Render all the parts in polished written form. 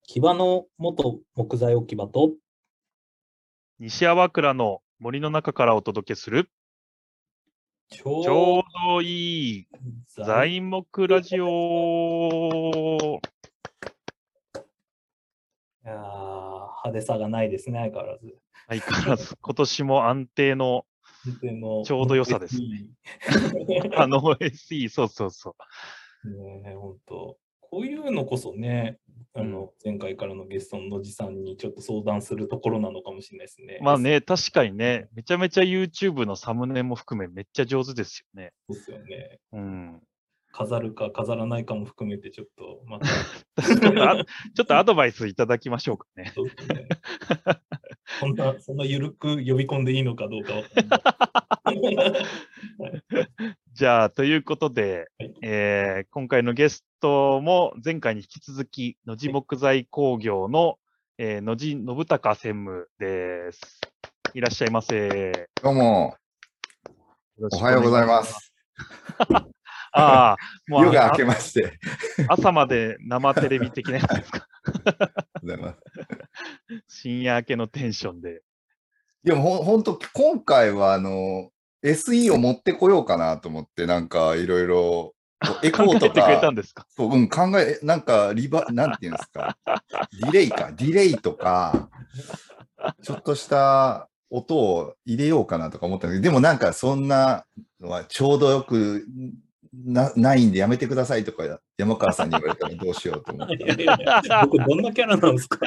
木場の元木材置き場と、 西粟倉の森の中からお届けする、 ちちょうょうどいいど材木ラジオ。 派手さがないですね、相変わらず。 相変わらず今年も安定のでも、 ちょうど良さですね。SE、そうそうそねえ、本当。こういうのこそね、 う。うん。 前回からのゲストの野地さんにちょっと相談するところなのかもしれないですね。 まあね、確かにね、めちゃめちゃ YouTube のサムネも含めめっちゃ上手ですよね。 そうですよね。 うん。 飾るか飾らないかも含めて、ちょっとまた、 ちょっとちょっとアドバイスいただきましょうかね。 そうですね。そんな緩く呼び込んでいいのかどうかわかんない。はい。 じゃあ、ということで、 はい。 今回のゲストも前回に引き続き、野地木材工業の、野地信孝専務です。いらっしゃいませ。 どうも、 よろおはようございしくお願いします。 ます。 ああ、もう夜が明けまして。 朝まで生テレビ的なやつですか。 ございます。 深夜明けのテンションで。 いや、ほんと、今回は、SE を持ってこようかなと思って、なんか、いろいろ、エコーと考えてくれたか、 んですか。 そう、なんか、なんていうんですか、ディレイとか、ちょっとした音を入れようかなとか思ったんだけど、でもなんか、そんなのはちょうどよくないんでやめてくださいとか、山川さんに言われたらどうしようと思った。 いやいやいや、僕どんなキャラなんですか？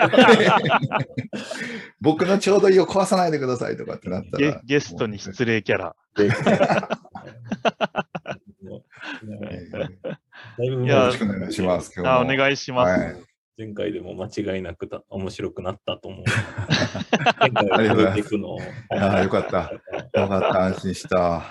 僕のちょうどいいを壊さないでくださいとかってなったら。 ゲストに失礼キャラ。 だいぶいやよろしくお願いします。今日も。 お願いします。 はい。 前回でも間違いなく面白くなったと思う。 ありがとうございます。 いくのをああ、よかった。よかった。安心した。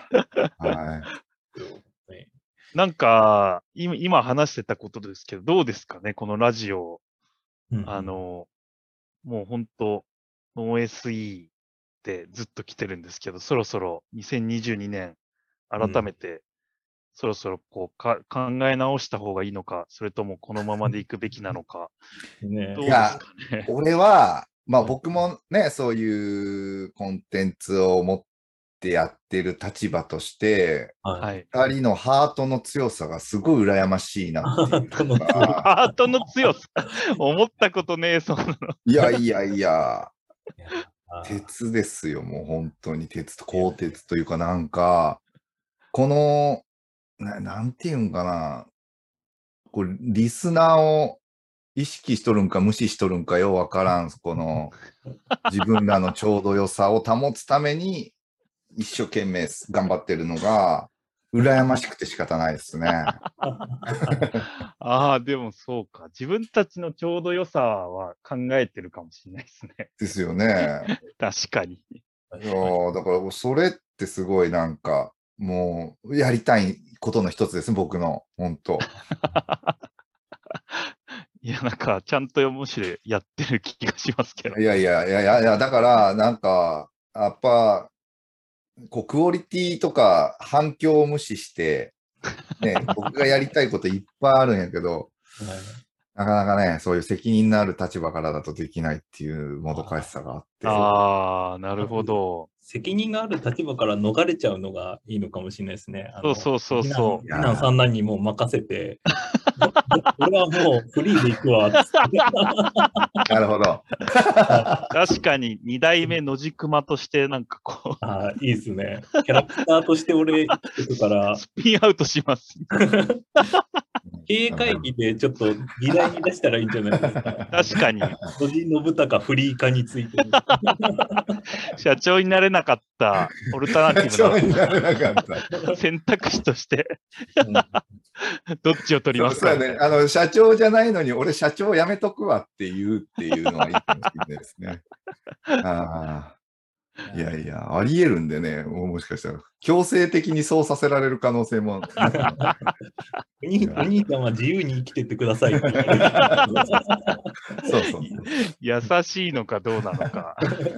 はね。 なんか、今話してたことですけど、どうですかね、このラジオ。もう本当、NoSE ってずっと来てるんですけど、そろそろ2022年、改めて、そろそろこう考え直した方がいいのか、それともこのままでいくべきなのか、 ね。 どうですかね。 俺は、まあ僕もね、そういうコンテンツを持ってやってる立場として、 はい。 二人のハートの強さがすごい羨ましいなっていうのが。 ハートの強さ。思ったことねえ、そんなの。 いやいやいや、鉄ですよ、もう本当に鋼鉄というかなんか、この、なんていうんかな、これリスナーを意識しとるんか無視しとるんかようわからん、この自分らのちょうど良さを保つために一生懸命頑張ってるのが、羨ましくて仕方ないですね。 ああ、でもそうか。自分たちのちょうど良さは考えてるかもしれないですね。 ですよね。 確かに。 いやだからそれってすごいなんか、もうやりたいことの一つですね、僕の。本当。 いや、なんか、ちゃんとむしろやってる気がしますけど。 だから、なんか、やっぱ、クオリティとか反響を無視して、ね、僕がやりたいこといっぱいあるんやけど、なかなかね、そういう責任のある立場からだとできないっていうもどかしさがあって。 ああ、なるほど。 責任がある立場から逃れちゃうのがいいのかもしれないですね。 そうそう。 次男三男にも任せて、俺はもうフリーで行くわ、つって。 なるほど。 確かに、二代目野じくまとして、なんかこう、いいですね。キャラクターとして俺生きてくから、 スピンアウトします。 経営会議でちょっと議題に出したらいいんじゃないですか。 確かに。 野地信孝フリー化について。 社長になれなかったオルタナティブな選択肢としてどっちを取りますか。 そうね。社長じゃないのに、俺社長辞めとくわっていうのはいいかもしれないですね。いやいや、あり得るんでね、もしかしたら、強制的にそうさせられる可能性も。 お兄ちゃんは自由に生きてってくださいって。 そう。 優しいのかどうなのか。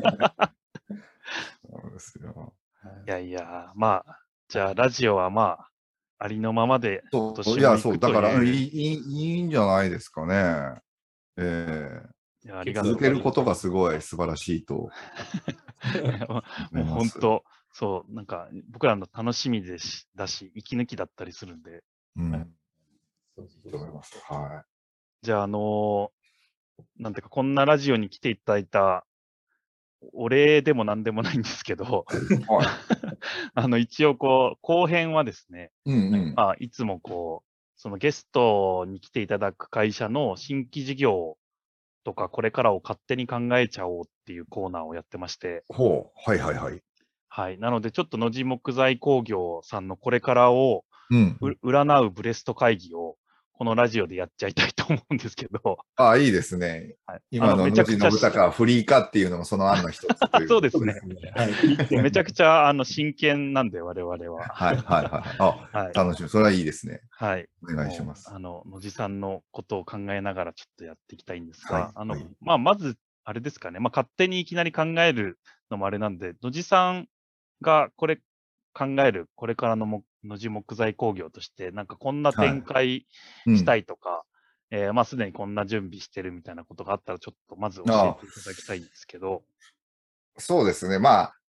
そうですよ。 いやいや、まあ、じゃあラジオはまあ、ありのままで今年も行くという。 だからいいんじゃないですかね。 いや、ありがとう続けることがすごい素晴らしいともう思います。 本当、そう、なんか僕らの楽しみだし、息抜きだったりするんで。 そうと思います。はじゃあ、なんていうか、こんなラジオに来ていただいたお礼でもなんでもないんですけど、一応後編はですね、いつもそのゲストに来ていただく会社の新規事業とか、これからを勝手に考えちゃおうっていうコーナーをやってまして。 はいはいはい。 はい。なので、ちょっと野地木材工業さんのこれからを占うブレスト会議を、このラジオでやっちゃいたいと思うんですけど。 いいですね。 はい、 今の野地信孝はフリーかっていうのもその案の一つという。 そうですね。めちゃくちゃ真剣なんで、我々は。 はいはいはい。楽しみ。それはいいですね。 はい。 お願いします。 野地さんのことを考えながらちょっとやっていきたいんですが、まず、あれですかね。勝手にいきなり考えるのもあれなんで、野地さんがこれ考える、これからの野地木材工業として、なんかこんな展開したいとか、すでにこんな準備してるみたいなことがあったら、ちょっとまず教えていただきたいんですけど。 そうですね。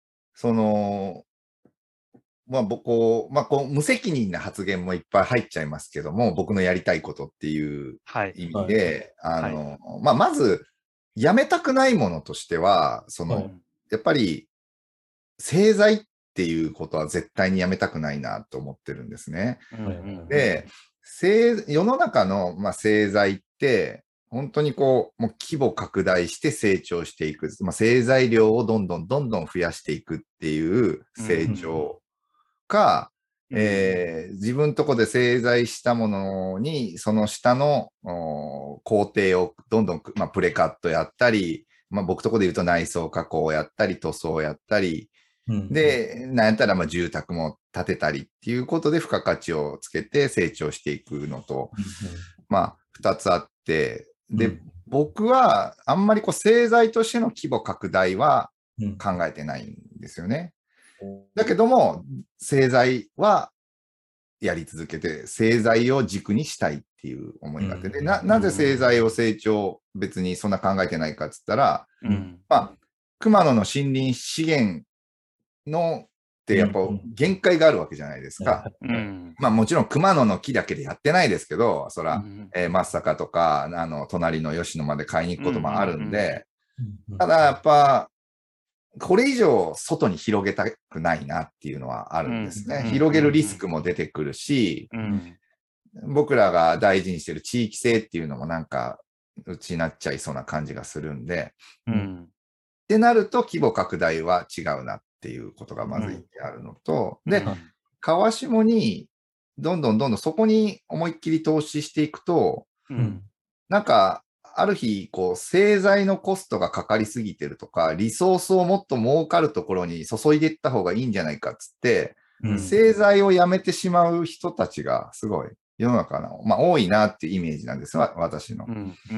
無責任な発言もいっぱい入っちゃいますけども、僕のやりたいことっていう意味で、まず、やめたくないものとしては、やっぱり、製材っていうことは絶対にやめたくないなと思ってるんですね。で、世の中の、製材って、本当にもう規模拡大して成長していく。製材量をどんどん増やしていくっていう成長か、自分とこで製材したものに、その下の工程をどんどん、プレカットやったり、僕とこで言うと内装加工をやったり、塗装をやったり、で、なんやったら住宅も建てたりっていうことで付加価値をつけて成長していくのと、二つあって、で、僕はあんまり製材としての規模拡大は考えてないんですよね。だけども、製材はやり続けて、製材を軸にしたいっていう思いがあって、でなぜ製材を成長、別にそんな考えてないかっつったら、熊野の森林資源のってやっぱ限界があるわけじゃないですか。もちろん熊野の木だけでやってないですけど、そら、松阪とか、隣の吉野まで買いに行くこともあるんで、ただやっぱ、これ以上外に広げたくないなっていうのはあるんですね。広げるリスクも出てくるし、僕らが大事にしてる地域性っていうのもなんか失っちゃいそうな感じがするんで、ってなると規模拡大は違うなっていうことがまず言ってあるのと、で、川下にどんどんそこに思いっきり投資していくと、なんか、ある日、製材のコストがかかりすぎてるとか、リソースをもっと儲かるところに注いでいった方がいいんじゃないかっつって、製材をやめてしまう人たちがすごい世の中の、多いなっていうイメージなんですが、私の。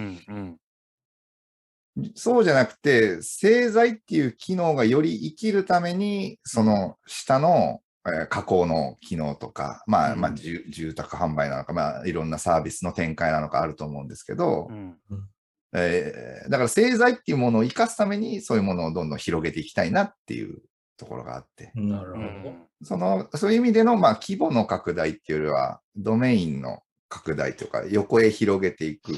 そうじゃなくて、製材っていう機能がより生きるために、その下の加工の機能とか、住宅販売なのか、いろんなサービスの展開なのかあると思うんですけど、だから製材っていうものを生かすために、そういうものをどんどん広げていきたいなっていうところがあって、 なるほど。そういう意味での、規模の拡大っていうよりは、ドメインの拡大とか、横へ広げていく。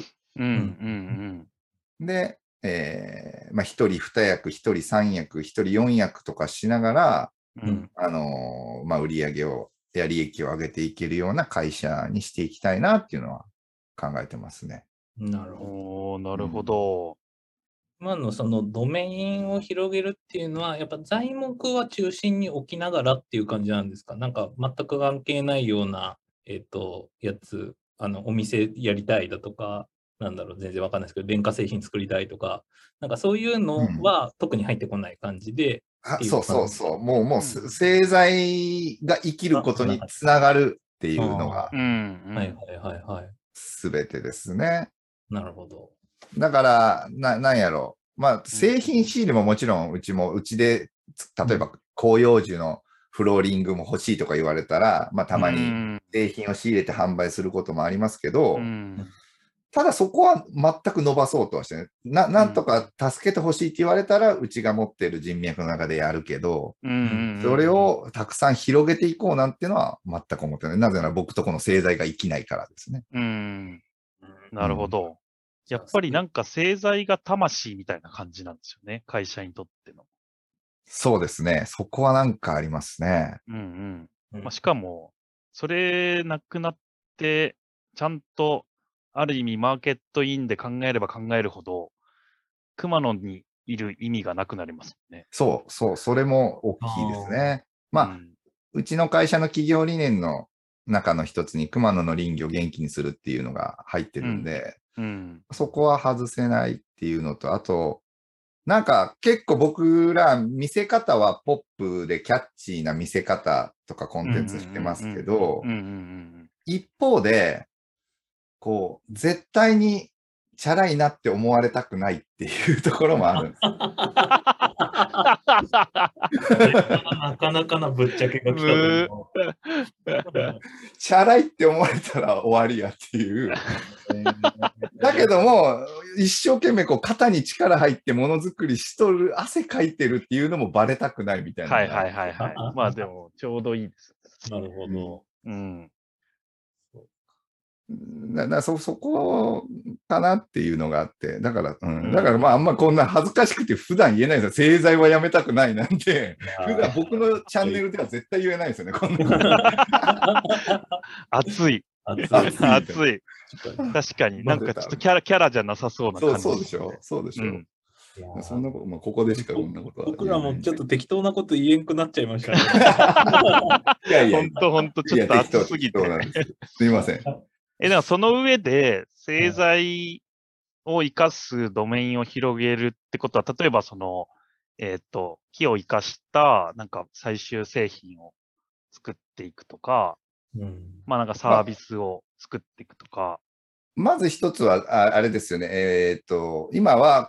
で、一人二役、一人三役、一人四役とかしながら、売り上げを、利益を上げていけるような会社にしていきたいなっていうのは考えてますね。 なるほど。なるほど。 今のそのドメインを広げるっていうのは、やっぱ材木は中心に置きながらっていう感じなんですか？なんか全く関係ないような、やつ、お店やりたいだとか、全然わかんないですけど、電化製品作りたいとか、なんかそういうのは特に入ってこない感じで、 そう。もう製材が生きることにつながるっていうのが、すべてですね。 なるほど。 だから、なんやろう。製品仕入れももちろん、うちで、例えば広葉樹のフローリングも欲しいとか言われたら、たまに製品を仕入れて販売することもありますけど、 ただそこは全く伸ばそうとはしてね。なんとか助けてほしいって言われたら、うちが持ってる人脈の中でやるけど、それをたくさん広げていこうなんていうのは全く思ってない。なぜなら僕とこの製剤が生きないからですね。 なるほど。やっぱりなんか製剤が魂みたいな感じなんですよね。会社にとっての。 そうですね。そこはなんかありますね。 しかも、それなくなって、ちゃんと、ある意味マーケットインで考えれば考えるほど、熊野にいる意味がなくなりますもんね。 そう、それも大きいですね。うちの会社の企業理念の中の一つに熊野の林業を元気にするっていうのが入ってるんで、そこは外せないっていうのと、あと、なんか結構僕ら見せ方はポップでキャッチーな見せ方とかコンテンツしてますけど、一方で、こう、絶対にチャラいなって思われたくないっていうところもあるんです。 なかなかなぶっちゃけが来たと思う。 チャラいって思われたら終わりやっていう。だけども、一生懸命こう肩に力入ってものづくりしとる、汗かいてるっていうのもバレたくないみたいな。 まあでも、ちょうどいいです。 なるほど。 そこかなっていうのがあって、だからまああんまこんな恥ずかしくて普段言えないですよ。製剤はやめたくないなんて、普段僕のチャンネルでは絶対言えないですよね、こんな。 熱い。確かに。なんかちょっとキャラじゃなさそうな感じ。 そうでしょ。そんなこと、ここでしかこんなことは。 僕らもちょっと適当なこと言えんくなっちゃいましたね。 ほんと、ちょっと熱すぎて。 すいません。 でもその上で、製剤を生かすドメインを広げるってことは、例えばその、木を生かした、なんか最終製品を作っていくとか、まあなんかサービスを作っていくとか。 まず一つは、あれですよね。今は、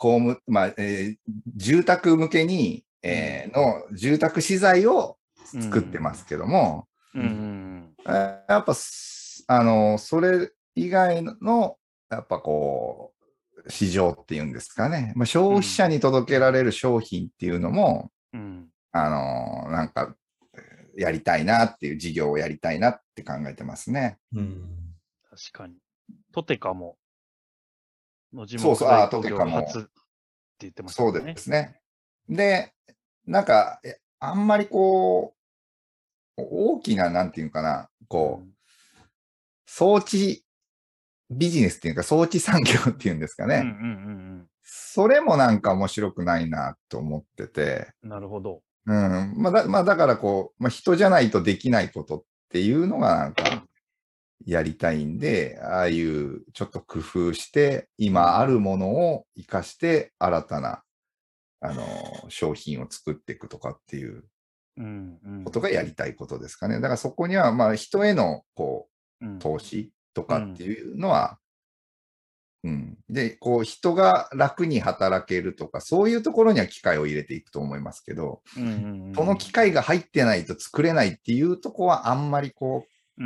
住宅向けに、の住宅資材を作ってますけども、やっぱ、それ以外の、やっぱこう、市場っていうんですかね。消費者に届けられる商品っていうのも、なんか、やりたいなっていう事業をやりたいなって考えてますね。 確かに。トテカも、 トテカも初って言ってましたね。 そうですね。で、なんか、あんまりこう、大きな、なんていうかな、こう、装置ビジネスっていうか、装置産業っていうんですかね。それもなんか面白くないなと思ってて。 なるほど。 だからこう、人じゃないとできないことっていうのがなんか、やりたいんで、ああいうちょっと工夫して、今あるものを活かして、新たな、商品を作っていくとかっていうことがやりたいことですかね。だからそこには、人への、こう、投資とかっていうのは、で、こう、人が楽に働けるとか、そういうところには機会を入れていくと思いますけど、その機会が入ってないと作れないっていうところは、あんまりこう、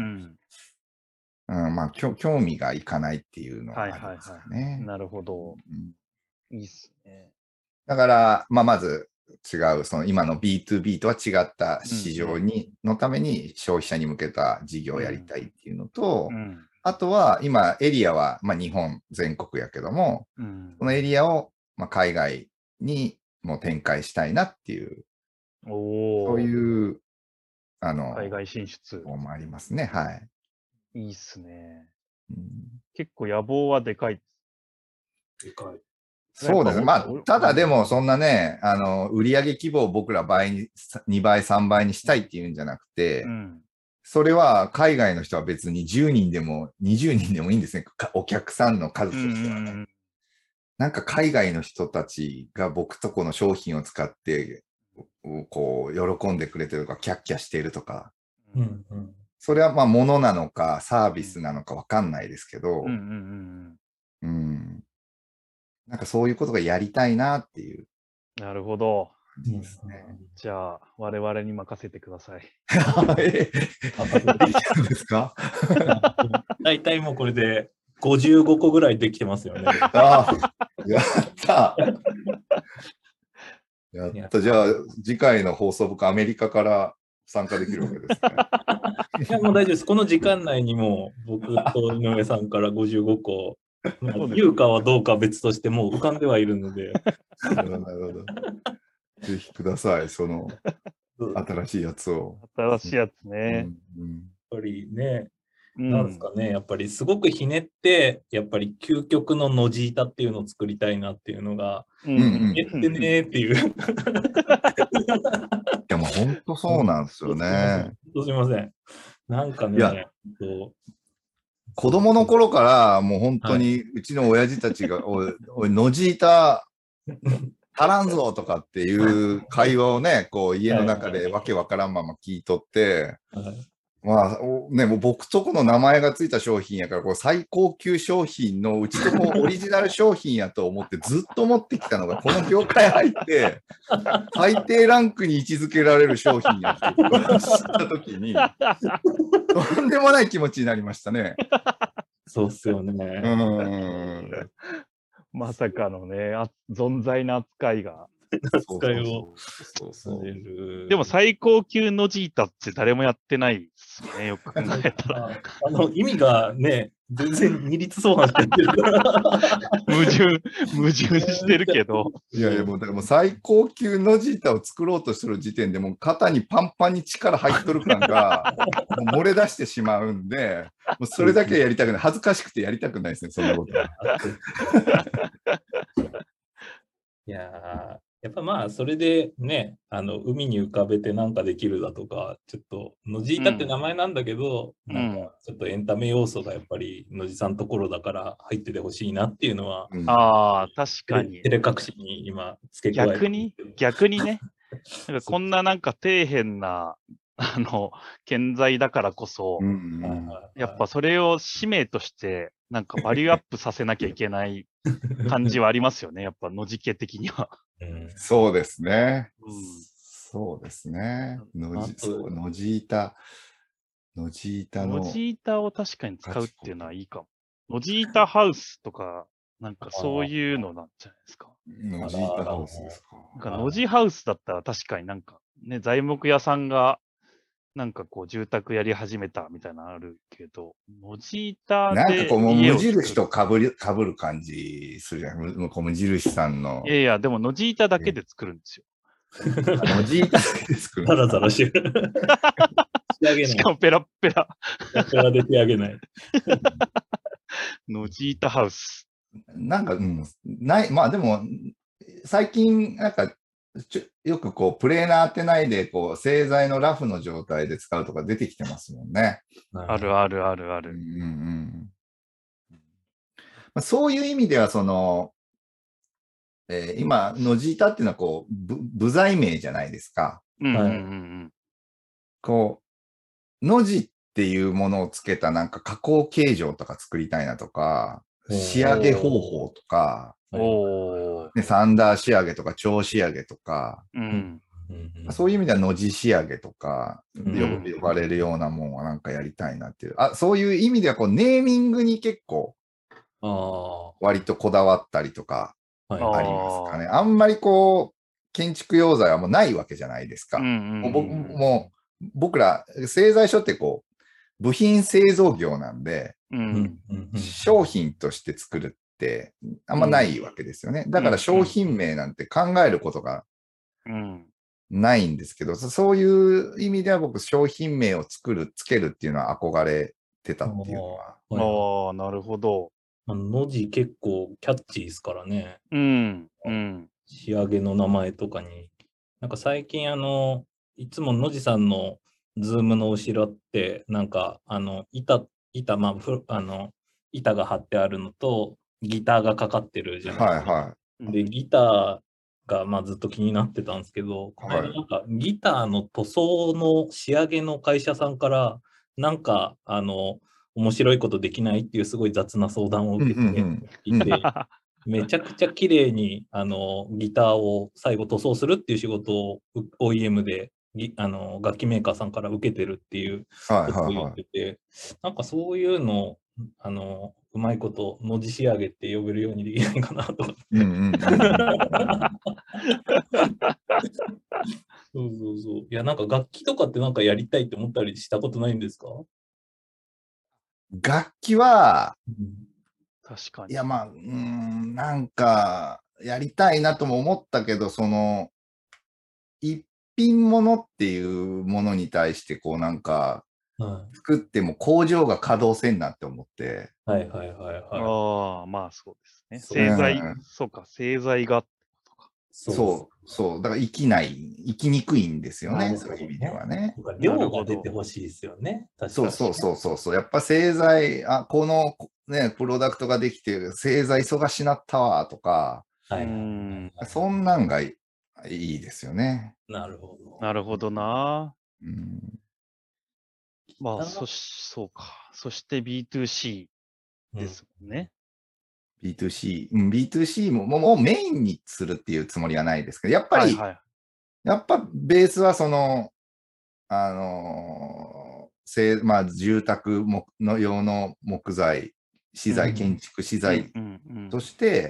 興味がいかないっていうのがありますよね。 なるほど。いいっすね。 だから、まず違う、その今の B2B とは違った市場のために消費者に向けた事業をやりたいっていうのと、あとは今エリアは、日本全国やけども、そのエリアを、海外にも展開したいなっていう、そういう、 海外進出もありますね。はい。 いいっすね。結構野望はでかい。 でかい。 そうですね。ただでもそんなね、売上規模を僕ら2倍、3倍にしたいっていうんじゃなくて、それは海外の人は別に10人でも20人でもいいんですね。お客さんの数としてはね。なんか海外の人たちが僕とこの商品を使って、こう、喜んでくれてるとか、キャッキャしているとか。それは物なのかサービスなのかわかんないですけど、なんかそういうことがやりたいなっていう。 なるほど。じゃあ、我々に任せてください。 できたんですか？ 大体もうこれで 55個ぐらいできてますよね。 ああ、やったやった。じゃあ、次回の放送僕、アメリカから参加できるわけですね。 いや、もう大丈夫です。この時間内にも僕と井上さんから55個、優香はどうかは別としてもう浮かんではいるので。 なるほど。ぜひください、その新しいやつを。 新しいやつね。 やっぱりね、なんですかね、やっぱりすごくひねって、やっぱり究極のノジータっていうのを作りたいなっていうのが、ひねってねっていう。いや、もう本当そうなんですよね。 すみません。なんかね、 子供の頃からもう本当にうちの親父たちが、おい、ノジータ足らんぞとかっていう会話をね、こう家の中でわけわからんまま聞いとって、まあね、もう僕とこの名前がついた商品やから、こう最高級商品のうちとこオリジナル商品やと思ってずっと持ってきたのが、この業界入って、最低ランクに位置づけられる商品やっていうことを知ったときに、とんでもない気持ちになりましたね。 そうっすよね。 まさかのね、存在な扱いが。 扱いを。 でも最高級ノジータって誰もやってないですよね、よく考えたら。 意味がね、全然二律相反してるから。 矛盾してるけど。 いやいや、もうだからもう最高級ノジータを作ろうとする時点でもう肩にパンパンに力入っとる感がもう漏れ出してしまうんで、もうそれだけやりたくない。恥ずかしくてやりたくないですね、そんなこと。 いやー、やっぱまあ、それでね、海に浮かべてなんかできるだとか、ちょっと、ノジータって名前なんだけど、なんか、ちょっとエンタメ要素がやっぱり、ノジさんのところだから入っててほしいなっていうのは、 ああ、確かに。 照れ隠しに今、付け加えて。 逆にね、なんかこんななんか底辺な、建材だからこそ、やっぱそれを使命として、なんかバリューアップさせなきゃいけない感じはありますよね、やっぱノジ系的には。 そうですね。そうですね。ノジータの。 ノジータを確かに使うっていうのはいいかも。ノジータハウスとか、なんかそういうのなんじゃないですか。 ノジータハウスですか。 なんかノジハウスだったら確かになんかね、材木屋さんがなんかこう住宅やり始めたみたいなのあるけど、ノジータでなんかこう無印と被る感じするじゃん。無印さんの。 いやいや、でもノジータだけで作るんですよ。 ノジータだけで作る。 ザラザラしてる。仕上げない。 しかもペラッペラ。 ペラで仕上げない。 ノジータハウス。 なんか、まあでも、最近、なんか、よくこう、プレーナー当てないで、こう、製材のラフの状態で使うとか出てきてますもんね。 ある。 そういう意味では、その、今、ノジータっていうのは、こう、部材名じゃないですか。こう、ノジっていうものをつけたなんか加工形状とか作りたいなとか、仕上げ方法とか、サンダー仕上げとか超仕上げとか、そういう意味ではノジ仕上げとか呼ばれるようなもんはなんかやりたいなっていう。そういう意味ではこうネーミングに結構割とこだわったりとかありますかね。あんまりこう建築用材はもうないわけじゃないですか。もう僕ら製材所ってこう部品製造業なんで、商品として作るってあんまないわけですよね。だから商品名なんて考えることがないんですけど、そういう意味では僕商品名をつけるっていうのは憧れてたっていうのは。 なるほど。 ノジ結構キャッチーですからね。仕上げの名前とかに。なんか最近いつもノジさんのズームの後ろって、なんか板が張ってあるのと、ギターがかかってるじゃないですか。で、ギターがまあずっと気になってたんですけど、なんかギターの塗装の仕上げの会社さんから、なんか面白いことできないっていうすごい雑な相談を受けていて、めちゃくちゃ綺麗にギターを最後塗装するっていう仕事を OEM で楽器メーカーさんから受けてるっていうことを言ってて、なんかそういうのうまいこと文字仕上げって呼べるようにできないかなとか。 うんうんうんうんそうそうそう。いや、なんか楽器とかってなんかやりたいって思ったりしたことないんですか？ 楽器は、 確かに。 いや、まあ、なんか、やりたいなとも思ったけど、一品物っていうものに対して、こうなんか、 は作っても工場が稼働せんなって思って。 いはいはいはいはい。 ああ、まあそうですね。 そうう製材、 ん、 そうか、製材がってことか。 そう。だから生きにくいんですよね、 なるほどそういう意味ではね。 ね。 とかな量が出るほど。 てほしいですよね。確かに。 そう。やっぱ製材、このね、プロダクトができて、製材忙しなったわとか、 うはいはいはいん。 そんなんがいいですよね。 なるほど。 なるほどな。 うんまあ、 だそうか。そして B2C でうんすもんね。 B2C もうメインにするっていうつもりはないですけど、やっぱり、 はいはい。 やっぱベースはまあ、住宅の用の木材、資材、建築資材うんとして、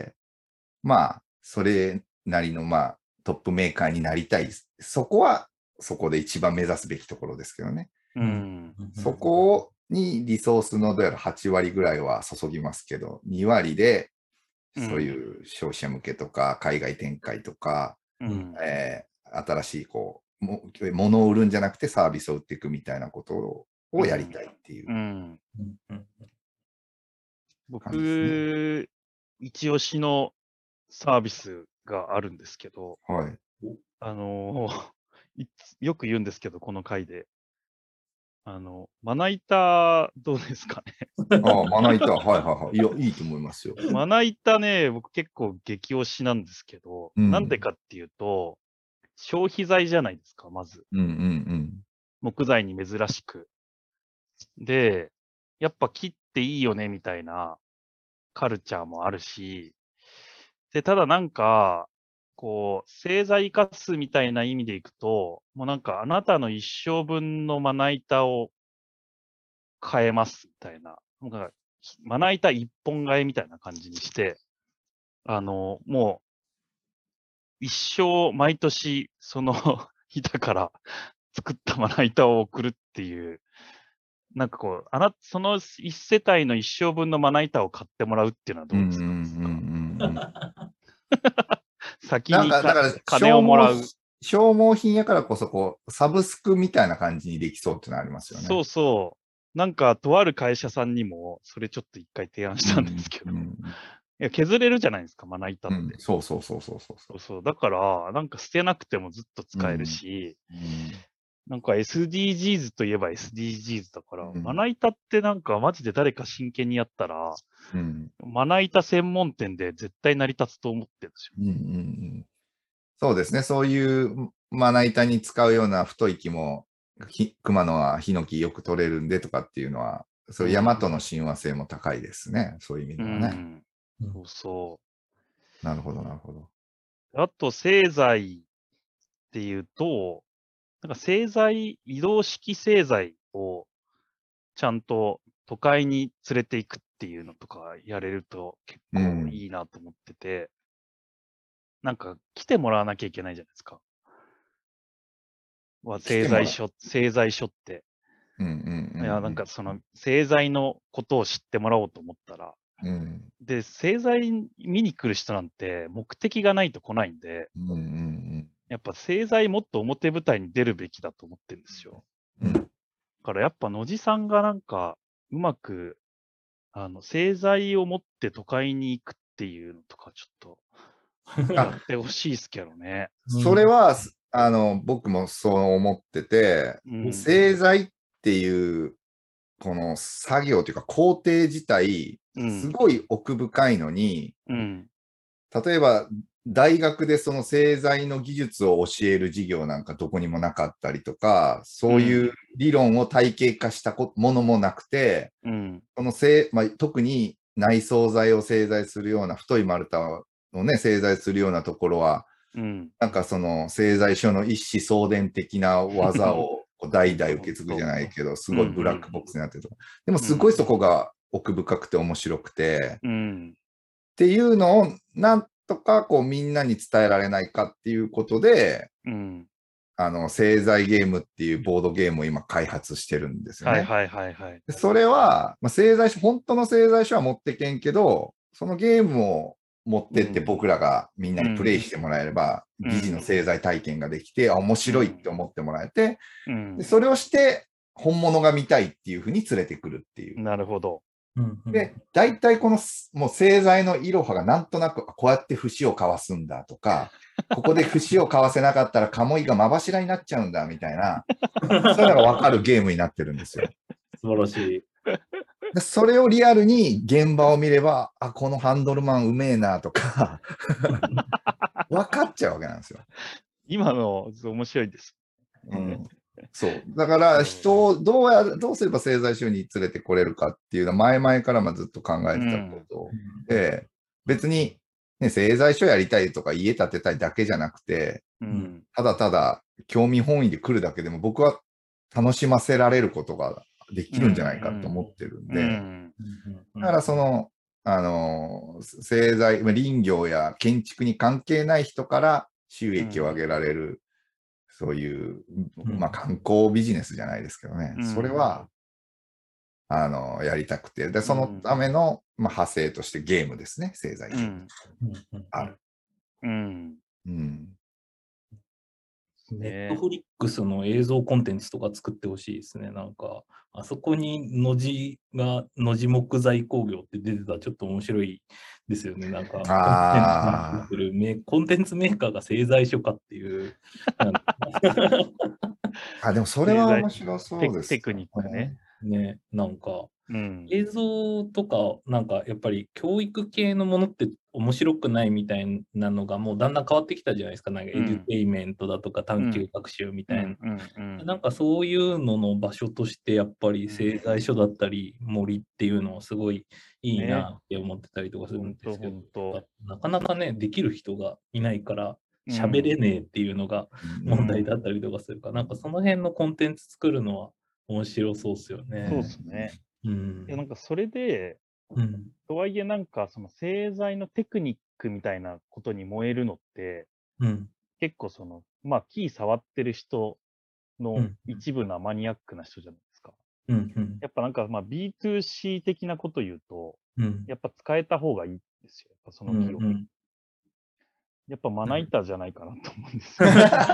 まあ、それなりの、まあ、トップメーカーになりたい。そこは、そこで一番目指すべきところですけどね。 うん。 そこにリソースのどうやら8割ぐらいは注ぎますけど、2割で、そういう消費者向けとか、海外展開とか、 うん。 新しい物を売るんじゃなくてサービスを売っていくみたいなことをやりたいっていううん。 感じですね。 僕、一押しのサービスがあるんですけど、 はい。 よく言うんですけど、この回で。まな板どうですかね。 まな板、はい。いや、いいと思いますよ。 まな板ね、僕結構激推しなんですけど、なんでかっていうと、消費財じゃないですか、まず。木材に珍しく。で、やっぱ切っていいよね、みたいなカルチャーもあるし、で、ただなんか、こう、製材生かすみたいな意味でいくと、もうなんかあなたの一生分のまな板を買えますみたいな。なんかまな板一本買いみたいな感じにして、もう一生毎年その板から作ったまな板を送るっていう、なんかこう、その一世帯の一生分のまな板を買ってもらうっていうのはどうですか？先にだから金をもらう。 消耗品やからこそ、サブスクみたいな感じにできそうってのありますよね。 そうそう。なんか、とある会社さんにも、それちょっと一回提案したんですけど、いや、削れるじゃないですか、まな板って。 そう。 そう。だから、なんか捨てなくてもずっと使えるし、なんか SDGs といえば SDGs だから、まな板ってなんかマジで誰か真剣にやったら、まな板専門店で絶対成り立つと思ってるんですよ。 そうですね。そういうまな板に使うような太い木も、熊野はヒノキよく取れるんでとかっていうのは、そういう山との親和性も高いですね。そういう意味ではね。 そう。 なるほど。 あと、製材っていうと、なんか移動式製材をちゃんと都会に連れていくっていうのとかやれると結構いいなと思ってて、なんか来てもらわなきゃいけないじゃないですか。製材所って。いや、なんかその製材のことを知ってもらおうと思ったら、で、製材見に来る人なんて目的がないと来ないんで、やっぱ製材もっと表舞台に出るべきだと思ってるんですよ。だからやっぱ野地さんがなんかうまく製材を持って都会に行くっていうのとかちょっとやってほしいですけどね。 それは、僕もそう思ってて、製材っていうこの作業というか工程自体、すごい奥深いのに、例えば大学でその製材の技術を教える授業なんかどこにもなかったりとか、そういう理論を体系化したものもなくて、特に内装材を製材するような太い丸太をね、製材するようなところは、なんかその製材所の一子相伝的な技を代々受け継ぐじゃないけど、すごいブラックボックスになってるとか。でもすごいそこが奥深くて面白くて、 うん。 っていうのをなんとかこうみんなに伝えられないかっていうことで、 うん。 製材ゲームっていうボードゲームを今開発してるんですよね。 はいはいはいはい。 でそれは、まあ、製材所、本当の製材所は持ってけんけど、そのゲームを持ってって僕らがみんなにプレイしてもらえれば、 うん疑似の製材体験ができて、面白いって思ってもらえて、 うんで。それをして本物が見たいっていうふうに連れてくるっていう。 なるほど。 で、大体このもう製材のイロハがなんとなくこうやって節をかわすんだとか、ここで節をかわせなかったら鴨居がまばしらになっちゃうんだみたいな、そういうのがわかるゲームになってるんですよ。 素晴らしい。 でそれをリアルに現場を見れば、あ、このハンドルマンうめえなとか、分かっちゃうわけなんですよ。 今の面白いです。 そう。だから人をどうすれば製材所に連れてこれるかっていうのは前々からずっと考えてたことで、別に、ね、製材所やりたいとか家建てたいだけじゃなくて、ただただ興味本位で来るだけでも僕は楽しませられることができるんじゃないかと思ってるんで、だから製材、林業や建築に関係ない人から収益を上げられる、そういう、観光ビジネスじゃないですけどね、それは、やりたくて、で、そのための、派生としてゲームですね、製材ゲーム。ある。 ネットフリックスの映像コンテンツとか作ってほしいですね。なんか、あそこに野地木材工業って出てたらちょっと面白いですよね。なんか、コンテンツメーカーが製材所かっていう。 でもそれは面白そうです、 テクニックね。 ね、なんか、映像とか、なんかやっぱり教育系のものって面白くないみたいなのがもうだんだん変わってきたじゃないですか。なんかエデュテイメントだとか探究学習みたいな。なんかそういうのの場所としてやっぱり製材所だったり森っていうのはすごいいいなって思ってたりとかするんですけど、なかなかね、できる人がいないから喋れねえっていうのが問題だったりとかするから、なんかその辺のコンテンツ作るのは面白そうですよね。 そうですね。なんかそれで、とはいえなんかその製材のテクニックみたいなことに燃えるのって、結構キー触ってる人の一部なマニアックな人じゃないですか。やっぱなんかB2C 的なこと言うと、やっぱ使えた方がいいですよ。やっぱそのキーを。やっぱまな板じゃないかなと思うんですよ。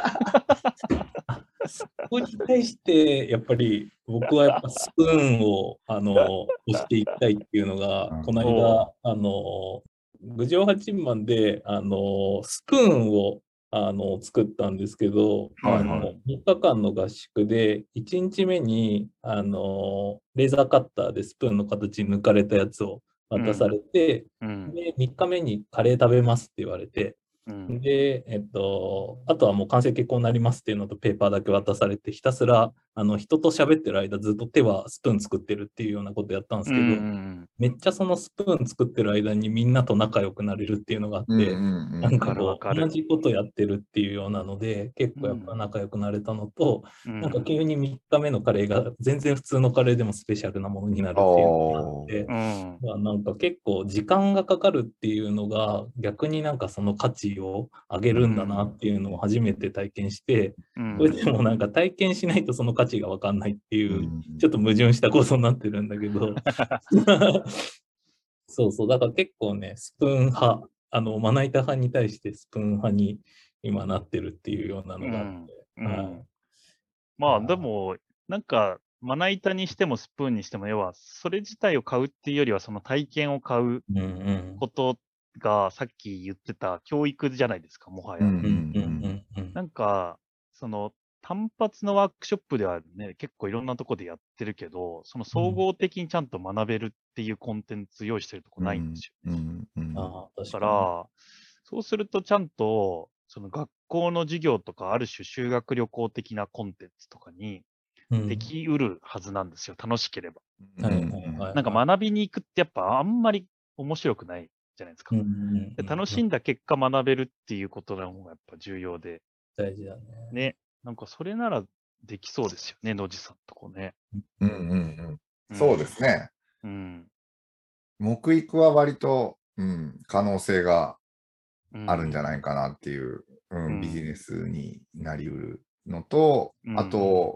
そこに対して、やっぱり僕はやっぱスプーンを押していきたいっていうのが、この間、郡上八幡でスプーンを作ったんですけど、3日間の合宿で、1日目にレーザーカッターでスプーンの形抜かれたやつを渡されて、で、3日目にカレー食べますって言われて、で、あとはもう完成形こうなりますっていうのとペーパーだけ渡されて、ひたすら人と喋ってる間ずっと手はスプーン作ってるっていうようなことやったんですけど、めっちゃそのスプーン作ってる間にみんなと仲良くなれるっていうのがあって、なんかこう同じことやってるっていうようなので、結構やっぱ仲良くなれたのと、なんか急に3日目のカレーが全然普通のカレーでもスペシャルなものになるっていうのがあって、なんか結構時間がかかるっていうのが逆になんかその価値を上げるんだなっていうのを初めて体験して、これでもなんか体験しないとその価値が分かんないっていう、ちょっと矛盾したことになってるんだけど、そうそう、だから結構ね、スプーン派、まな板派に対してスプーン派に今なってるっていうようなのがあって。 でも、なんか、まな板にしてもスプーンにしても、要は、それ自体を買うっていうよりは、その体験を買うことが、さっき言ってた教育じゃないですか、もはや。なんか、単発のワークショップではね、結構いろんなとこでやってるけど、その総合的にちゃんと学べるっていうコンテンツ用意してるとこないんですよ。だから、そうするとちゃんと、その学校の授業とか、ある種修学旅行的なコンテンツとかにできうるはずなんですよ、楽しければ。なんか学びに行くってやっぱあんまり面白くないじゃないですか。で楽しんだ結果学べるっていうことの方がやっぱ重要で。 大事だね。 ね。なんかそれならできそうですよね、野地さんとこね。 そうですね。 木育は割と、可能性があるんじゃい。 ないかなっていう、ビジうん。 ネスになりうるのと、あうん。 と、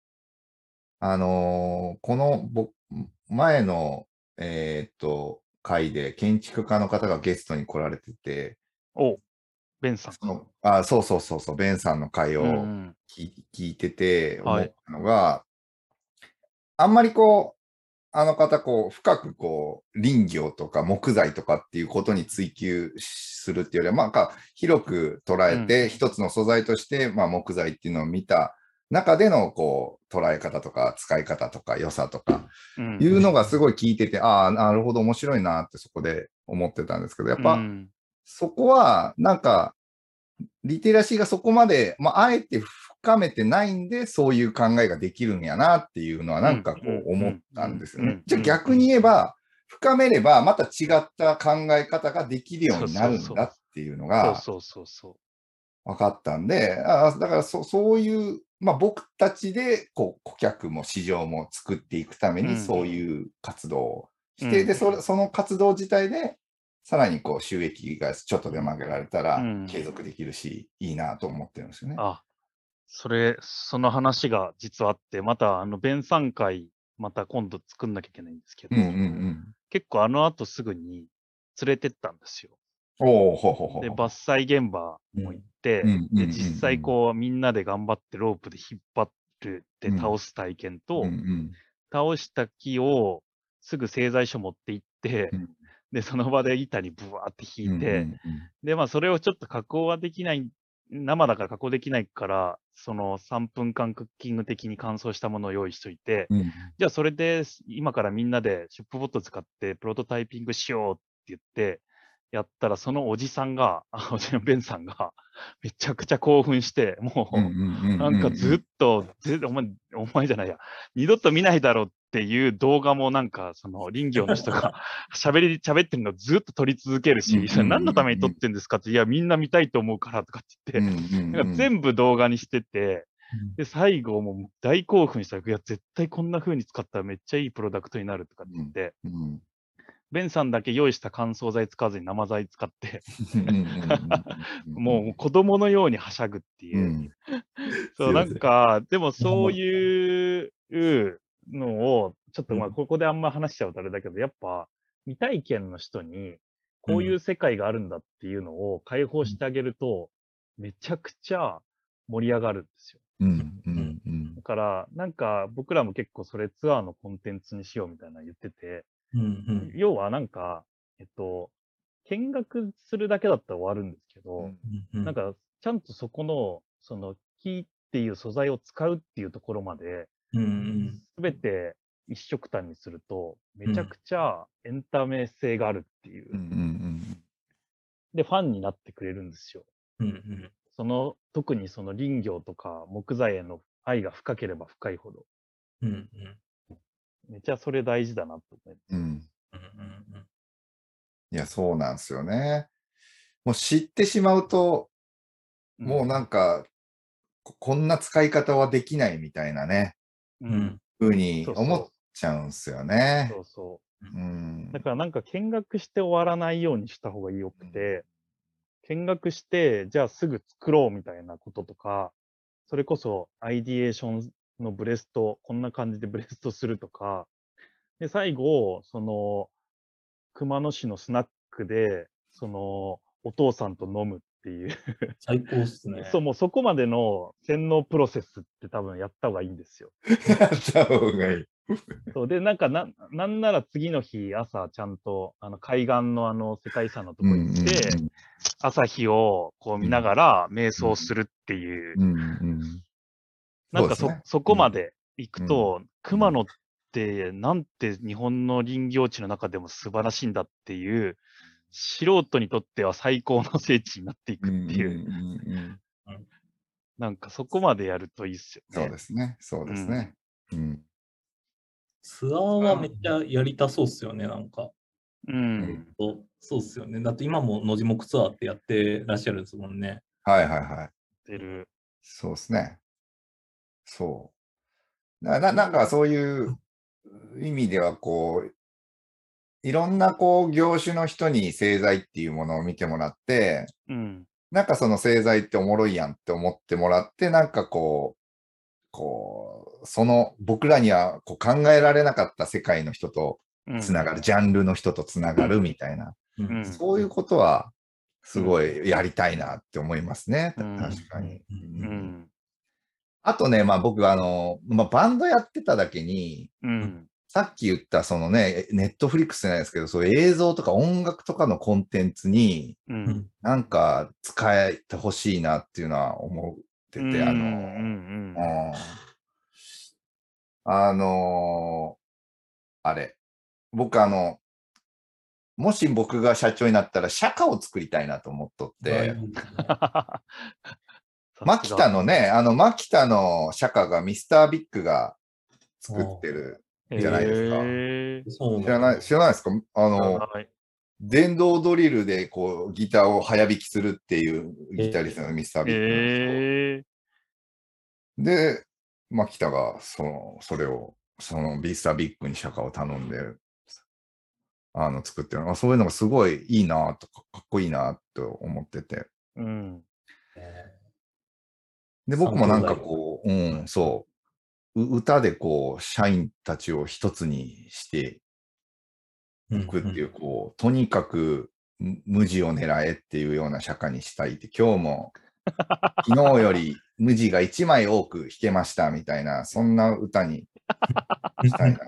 この前の、回で建築家の方がゲストに来られてて、 お、ベンさんか。 そうそうそうそう、ベンさんの回うんうをん。 聞いててはい。 思ったのが、あんまりこう、あの方、こう、深くこう、林業とか木材とかっていうことに追求するっていうよりは、まあ、広く捉うん。 えて、一つの素材として、まあ、木材っていうのを見た中での、こう、捉え方とか、使い方とか、良さとか、 うんいうのがすごい聞いてて、ああ、なるほど、面白いなってそこで思ってたんですけど、やっうぱ、 ん。 そこは、なんか、リテラシーがそこまで、まあ、あえて深めてないんで、そういう考えができるんやなっていうのは、なんかこう思ったんですよね。じゃあ逆に言えば、深めれば、また違った考え方ができるようそうになそうそう。 るんだっていうのがそうそうそうそ分かったんで、だからそういう、まあ、僕たちでこう顧客も市場も作っていくためう。うに、 ん。 そういう活動をして、で、 うん。 その活動自体で、さらにこう収益がちょっとでも上げられたら継うん。 続できるし、いいなと思ってるんですよね。 あ、その話が実はあって、また、弁さん会、また今度作んなきゃいけないんですけうんうんうど、 ん。 結構あの後すぐに連れてったんですよ。 おお、ほうほうほうで、 ほ伐採現場も行っうん。 う。うて、 んうんうで、実際んこう、みんなで頑張ってロープで引っ張るってうん。 倒す体験うんうと、 ん倒した木をすぐ製材所持って行って、 うんで、その場で板にブワーって引うんういて、 んうんで、まあ、それをちょっと加工はできない、生だから加工できないから、その3分間クッキング的に乾燥したものを用意しといて、 うんじゃあそれで今からみんなでシップボット使ってプロトタイピングしようって言って、やったらそのおじさんが、おじのベンさんが、めちゃくちゃ興奮して、 うんうんもう、 うんなんかずっと、お前じゃないや、二度と見ないだろうっていう動画もなんか、その林業の人が喋ってるのをずっと撮り続けるし、それ何のために撮ってんですかって、いや、みんな見たいと思うからとかって言って、なんか全部動画にしてて、で、最後もう大興奮したら、いや、絶対こんな風に使ったらめっちゃいいプロダクトになるとかって言って、ベンさんだけ用意した乾燥剤使わずに生剤使ってもう子供のようにはしゃぐっていう。そう、なんすいません。 か、でもそうもいうのを、ちょっとまあ、 うん。 ここであんま話しちゃうとあれだけど、やっぱ、未体験の人に、こういううん。 世界があるんだっていうのを解放してあげると、めちゃくちゃ盛り上がるんですよ。 うんううん。 んうんだから、なんか僕らも結構それツアーのコンテンツにしようみたいなの言ってて、 うんうん要はなんか、見学するだけだったら終わるんですけど、 うんうんうんなんか、ちゃんとそこの、その木っていう素材を使うっていうところまで、 うんすべて一色単にすると、めうんちゃくちゃエンタメ性があるっていう。 うんうんで、ファンになってくれるんですよ。 うんうん特にその林業とか木材への愛が深ければ深いほど、 うんうんめちゃそれ大事だなと思います。 うん。 うんいや、そうなんですよね。もう知ってしまうと、もうなんか、こんな使い方はできないみたいなね、 うん。 うんふうに思っそうそちゃうんすよう。 ね。 そうそう。 うん。 だからなんか見学して終わらないようにした方がよくて、見学して、じゃあすぐ作ろうみたいなこととか、それこそアイディエーションのブレスト、こんな感じでブレストするとか、で、最後、熊野市のスナックで、お父さんと飲むっていう最高っすそう、 ね。 もうそこまでの洗脳プロセスって多分やった方がいいんですよ。 やった方がいい。 そう、で、なんなら次の日朝ちゃんと、海岸の世界遺産のとこ行って、朝日をこう見ながら瞑想するっていう、なんかそうですね。 そこまで行くと、 うん熊野ってなんて日本の林業地の中でも素晴らしいんだっていう、素人にとっては最高の聖地になっていくっていう、なんかそこまでやるといいっすよそうね。 ですね。そうですね。 ツアーはめっちゃやりたそうっすよね、なんか。 うん。 そうっすよね。だって今も野地木ツアーってやってらっしゃるんですもんね。 はいはいはい。 出る。 そうですね。そう。なんかそういう意味では、こう、 いろんなこう業種の人に製材っていうものを見てもらって、なんかその製材っておもろいやんって思ってもらって、なんかこう、その僕らにはこう考えられなかった世界の人とつながる、ジャンルの人とつながるみたいな、そういうことはすごいやりたいなって思いますね。確かに。あとね、まあ僕はバンドやってただけに、さっき言ったそのね、ネットフリックスじゃないですけど、そういう映像とか音楽とかのコンテンツに、なんか使えてほしいなっていうのは思ってて、あれ、僕もし僕が社長になったら社歌を作りたいなと思っとって、マキタのね、マキタの社歌がミスタービッグが作ってるじゃないですか。知らないですか？電動ドリルでこうギターを早弾きするっていうギタリストのミスタービッグなんですけど。で、マキタがそれを、そのミスタービッグに社歌を頼んで、作ってるの。そういうのがすごいいいなとか、かっこいいなと思ってて。で、僕もなんかこう、そう、歌でこう、社員たちを一つにしていくっていう、こう、とにかく無地を狙えっていうような社会にしたいって、今日も昨日より無地が1枚多く弾けましたみたいな、そんな歌にしたいな。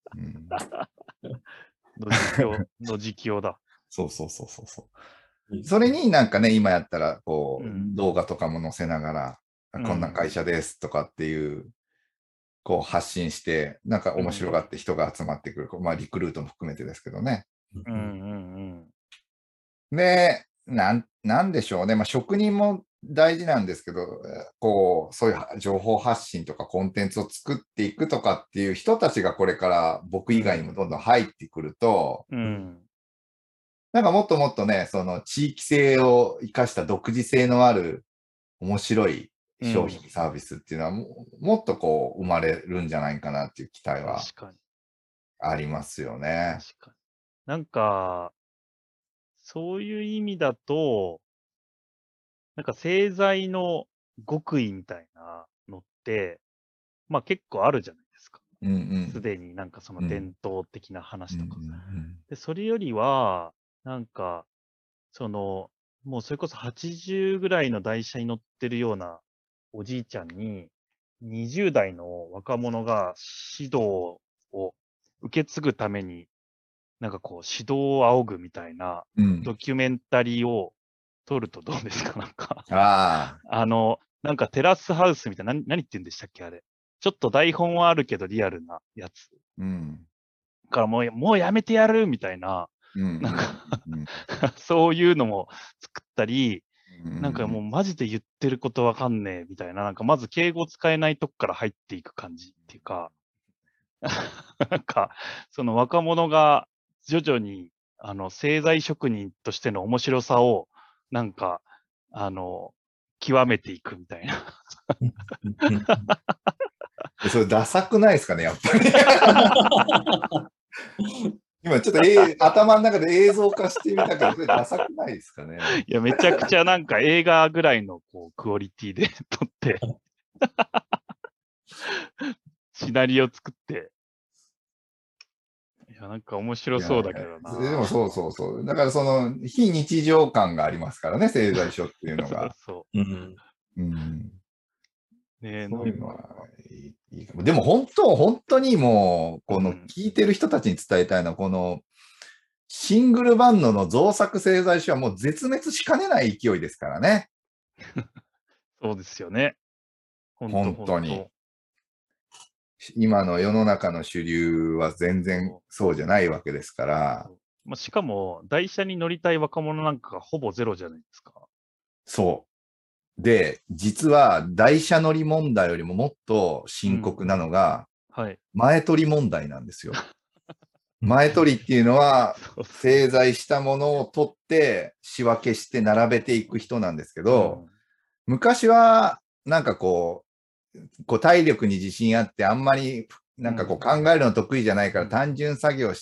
のじきよだ。 そう。それになんかね、今やったら、こう、動画とかも載せながら、こんな会社ですとかっていう、こう発信して、なんか面白がって人が集まってくる。まあ、リクルートも含めてですけどね。で、なんでしょうね。まあ、職人も大事なんですけど、こう、そういう情報発信とかコンテンツを作っていくとかっていう人たちがこれから僕以外にもどんどん入ってくると、なんかもっともっとね、その地域性を生かした独自性のある面白い商品サービスっていうのはもっとこう生まれるんじゃないかなっていう期待はありますよね。 なんか、そういう意味だと、なんか製材の極意みたいなのって、まあ結構あるじゃないですか。すでになんかその伝統的な話とか。で、それよりは、なんか、もうそれこそ80ぐらいの台車に乗ってるようなおじいちゃんに、20代の若者が指導を受け継ぐために、なんかこう指導を仰ぐみたいなドキュメンタリーを撮るとどうですか？なんかなんかテラスハウスみたいな、何って言うんでしたっけあれ。ちょっと台本はあるけどリアルなやつ。からもうやめてやるみたいな、なんかそういうのも作ったり、なんかもうマジで言ってることわかんねえみたいな、なんかまず敬語使えないとこから入っていく感じっていうか、なんかその若者が徐々に製材職人としての面白さをなんか極めていくみたいな。 それダサくないですかね、やっぱり。今ちょっと頭の中で映像化してみたけど、それダサくないですかね。 いや、めちゃくちゃなんか映画ぐらいのこうクオリティで撮って、シナリオ作って。いや、なんか面白そうだけどな。 でもそう。だからその非日常感がありますからね、製材所っていうのが。 そういうのはいいかも。でも本当にもう、この聞いてる人たちに伝えたいのは、このシングルバンドの造作製材所はもう絶滅しかねない勢いですからね。 そうですよね。 本当に。今の世の中の主流は全然そうじゃないわけですから。 しかも、台車に乗りたい若者なんかがほぼゼロじゃないですか。 そう。で、実は台車乗り問題よりももっと深刻なのが、前取り問題なんですよ。前取りっていうのは、製材したものを取って仕分けして並べていく人なんですけど、昔はなんかこう体力に自信あってあんまりなんかこう考えるの得意じゃないから単純作業したいっ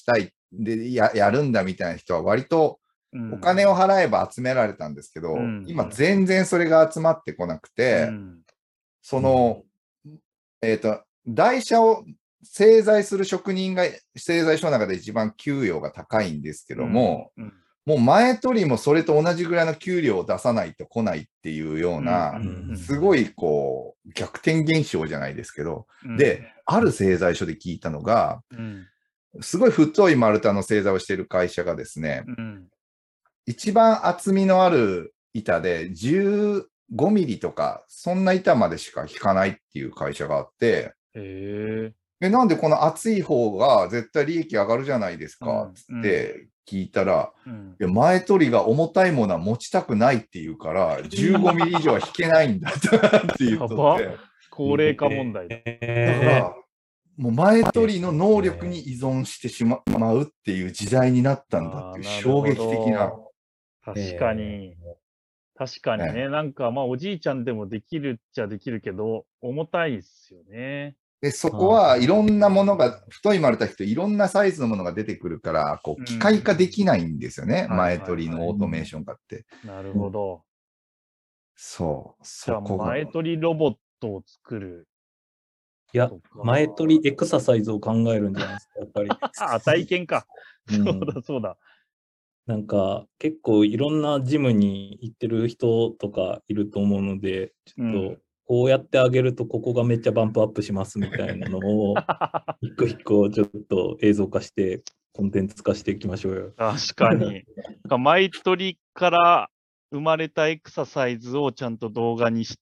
でやるんだみたいな人は割とお金を払えば集められたんですけど、今全然それが集まってこなくて、その、台車を製材する職人が製材所の中で一番給与が高いんですけども、もう前取りもそれと同じぐらいの給料を出さないと来ないっていうような、すごいこう、逆転現象じゃないですけど、で、ある製材所で聞いたのが、すごい太い丸太の製材をしている会社がですね、一番厚みのある板で15ミリとか、そんな板までしか引かないっていう会社があって、なんでこの厚い方が絶対利益上がるじゃないですかって聞いたら、いや前取りが重たいものは持ちたくないっていうから、15ミリ以上は引けないんだって言っとって。 高齢化問題だ。 だから、もう前取りの能力に依存してしまうっていう時代になったんだっていう衝撃的な。 確かに。確かにね。なんか、まあ、おじいちゃんでもできるっちゃできるけど、重たいっすよね。 で、そこはいろんなものが、太い丸太引くといろんなサイズのものが出てくるから、こう、機械化できないんですよね。前取りのオートメーション化って。 なるほど。 そう。 じゃあ、前取りロボットを作る。 いや、前取りエクササイズを考えるんじゃないですか、やっぱり。 体験か。そうだ、そうだ。 なんか、結構いろんなジムに行ってる人とかいると思うので、ちょっと、こうやってあげるとここがめっちゃバンプアップしますみたいなのを、一個一個ちょっと映像化して、コンテンツ化していきましょうよ。 確かに。前取りから生まれたエクササイズをちゃんと動画にして、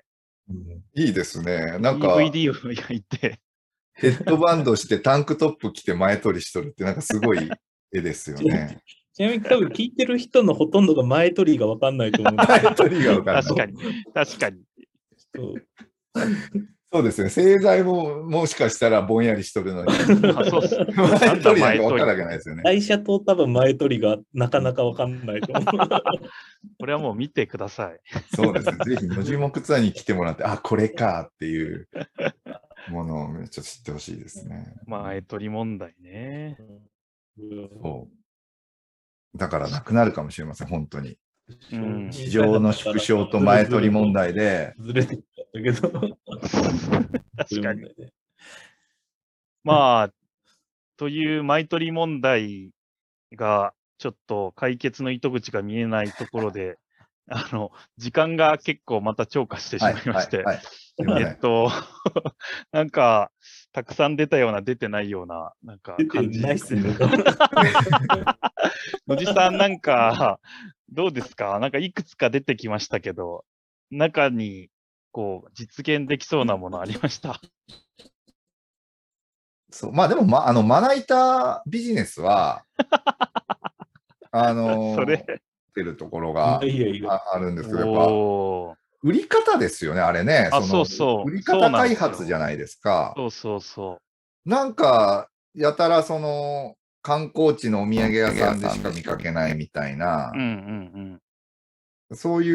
いいですね。なんか、 DVD を焼いて。 ヘッドバンドしてタンクトップ着て前取りしとるって、なんかすごい絵ですよね。 ちなみに多分聞いてる人のほとんどが前取りが分かんないと思う。 前取りが分かんない。 確かに。確かに。 そうですね。製材ももしかしたらぼんやりしとるのに。 そうっす。 前取りなんか分からないですよね。 台車と多分前取りがなかなか分かんないと思う。 これはもう見てください。 そうですね。ぜひ、野樹木ツアーに来てもらって、あ、これかっていうものをめっちゃ知ってほしいですね。 前取り問題ね。 そう。だからなくなるかもしれません、本当に。市場の縮小と前取り問題で。 ずれてきちゃったけど。 確かに。まあ、という前取り問題が、ちょっと解決の糸口が見えないところで、時間が結構また超過してしまいまして、なんか、たくさん出たような、出てないような、なんか感じ。 ナイスね。 野地さん、なんか、どうですか？なんかいくつか出てきましたけど、中に、こう、実現できそうなものありました？ そう、まあでも、まな板ビジネスは、 それてるところがあるんですけど、やっぱ、売り方ですよね、あれね。 そうそう。 売り方開発じゃないですか。 そうそうそう。 なんか、やたら観光地のお土産屋さんでしか見かけないみたいな、そういう、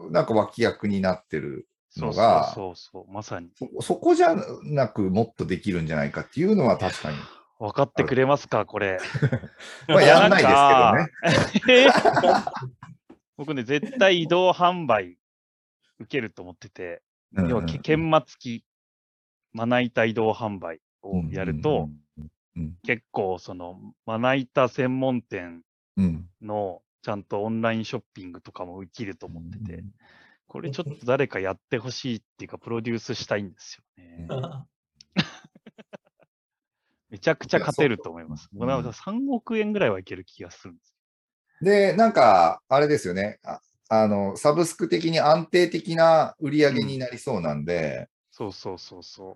なんか脇役になってるのが、 そう、まさに。 そこじゃなくもっとできるんじゃないかっていうのは確かに。 分かってくれますか、これ。 まあ、やんないですけどね。 僕ね、絶対移動販売受けると思ってて、要は、研末機、まな板移動販売をやると、結構、まな板専門店の、ちゃんとオンラインショッピングとかも受けると思ってて、これちょっと誰かやってほしいっていうか、プロデュースしたいんですよね。めちゃくちゃ勝てると思います。もうなんか3億円ぐらいはいける気がするんです。 で、なんか、あれですよね。サブスク的に安定的な売り上げになりそうなんで。 そう。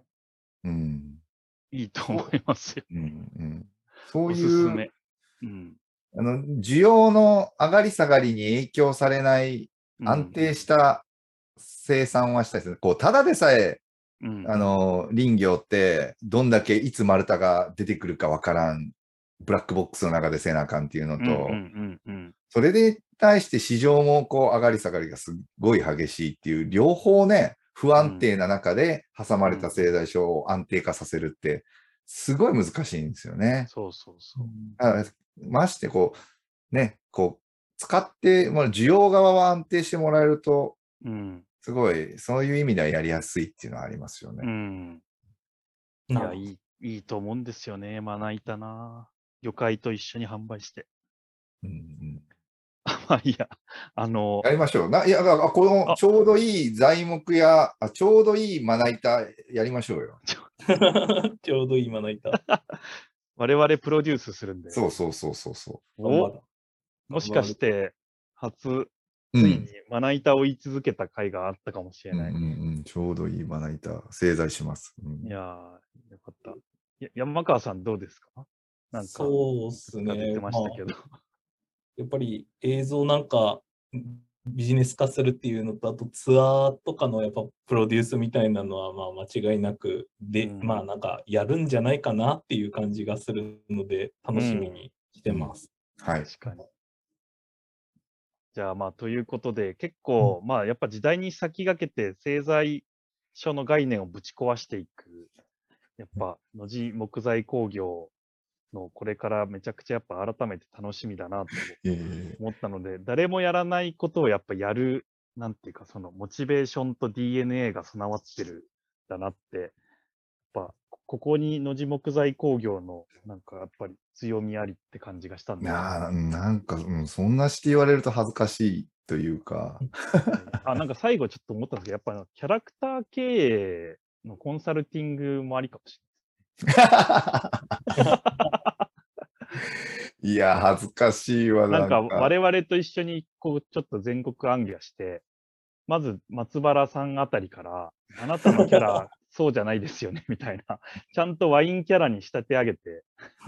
いいと思いますよ。 そういう、需要の上がり下がりに影響されない安定した生産はしたいですね。こう、ただでさえ、林業ってどんだけいつ丸太が出てくるかわからん、ブラックボックスの中でせなあかんっていうのと、それで対して市場もこう上がり下がりがすっごい激しいっていう、両方ね、不安定な中で挟まれた製材所を安定化させるって、 すごい難しいんですよね。 そうそうそう。 ましてこう、ね、こう、使って、需要側は安定してもらえると、すごい、そういう意味ではやりやすいっていうのはありますよね。 いや、いいと思うんですよね、まな板な。魚介と一緒に販売して。まあいいや、 やりましょう。いや、このちょうどいい材木や、ちょうどいいまな板やりましょうよ。 ちょうどいいまな板。 我々プロデュースするんで。 そう。 もしかして、ついにまな板を言い続けた回があったかもしれない。 ちょうどいいまな板、製材します。 いやー、よかった。山川さんどうですか？なんか、 そうですね。 出てましたけど。 やっぱり映像なんかビジネス化するっていうのと、あとツアーとかのやっぱプロデュースみたいなのはまあ間違いなくで、まあなんかやるんじゃないかなっていう感じがするので楽しみにしてます。 はい。 確かに。じゃあまあということで結構まあやっぱ時代に先駆けて製材所の概念をぶち壊していくやっぱ野地木材工業のこれからめちゃくちゃやっぱ改めて楽しみだなと思ったので、誰もやらないことをやっぱやる、なんていうかそのモチベーションと DNA が備わってるだなって、やっぱここに野地木材工業のなんかやっぱり強みありって感じがしたんで。 なんか、そんなして言われると恥ずかしいというか。 なんか最後ちょっと思ったんですけど、やっぱキャラクター経営のコンサルティングもありかもしれない。 いや、恥ずかしいわ。 なんか我々と一緒にこうちょっと全国行脚して、まず松原さんあたりから、あなたのキャラそうじゃないですよねみたいな、ちゃんとワインキャラに仕立て上げて、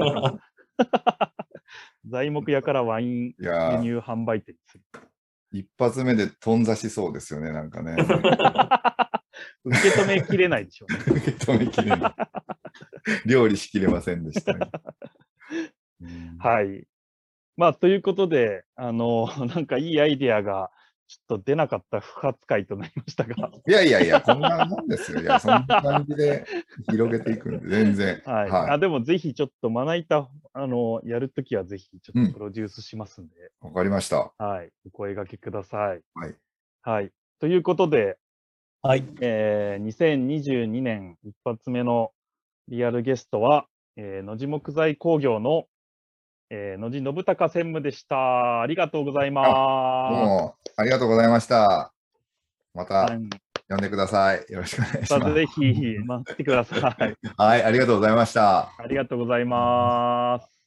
材木屋からワイン輸入販売店にする。 一発目で頓挫しそうですよね、なんかね。 受け止めきれないでしょうね。 受け止めきれない。料理しきれませんでしたね。 はい。まあ、ということで、なんかいいアイデアがちょっと出なかった不発会となりましたが。 いや、こんなもんですよ。いや、そんな感じで広げていくんで、全然。 はい。でもぜひちょっとまな板、やるときはぜひちょっとプロデュースしますんで。 わかりました。 はい。お声掛けください。 はい。 はい。ということで、 はい。 2022年一発目のリアルゲストは、野地木材工業の野地信孝専務でした。ありがとうございます。どうもありがとうございました。また呼んでください。よろしくお願いします。 ぜひ待ってください。 はい、ありがとうございました。 ありがとうございます。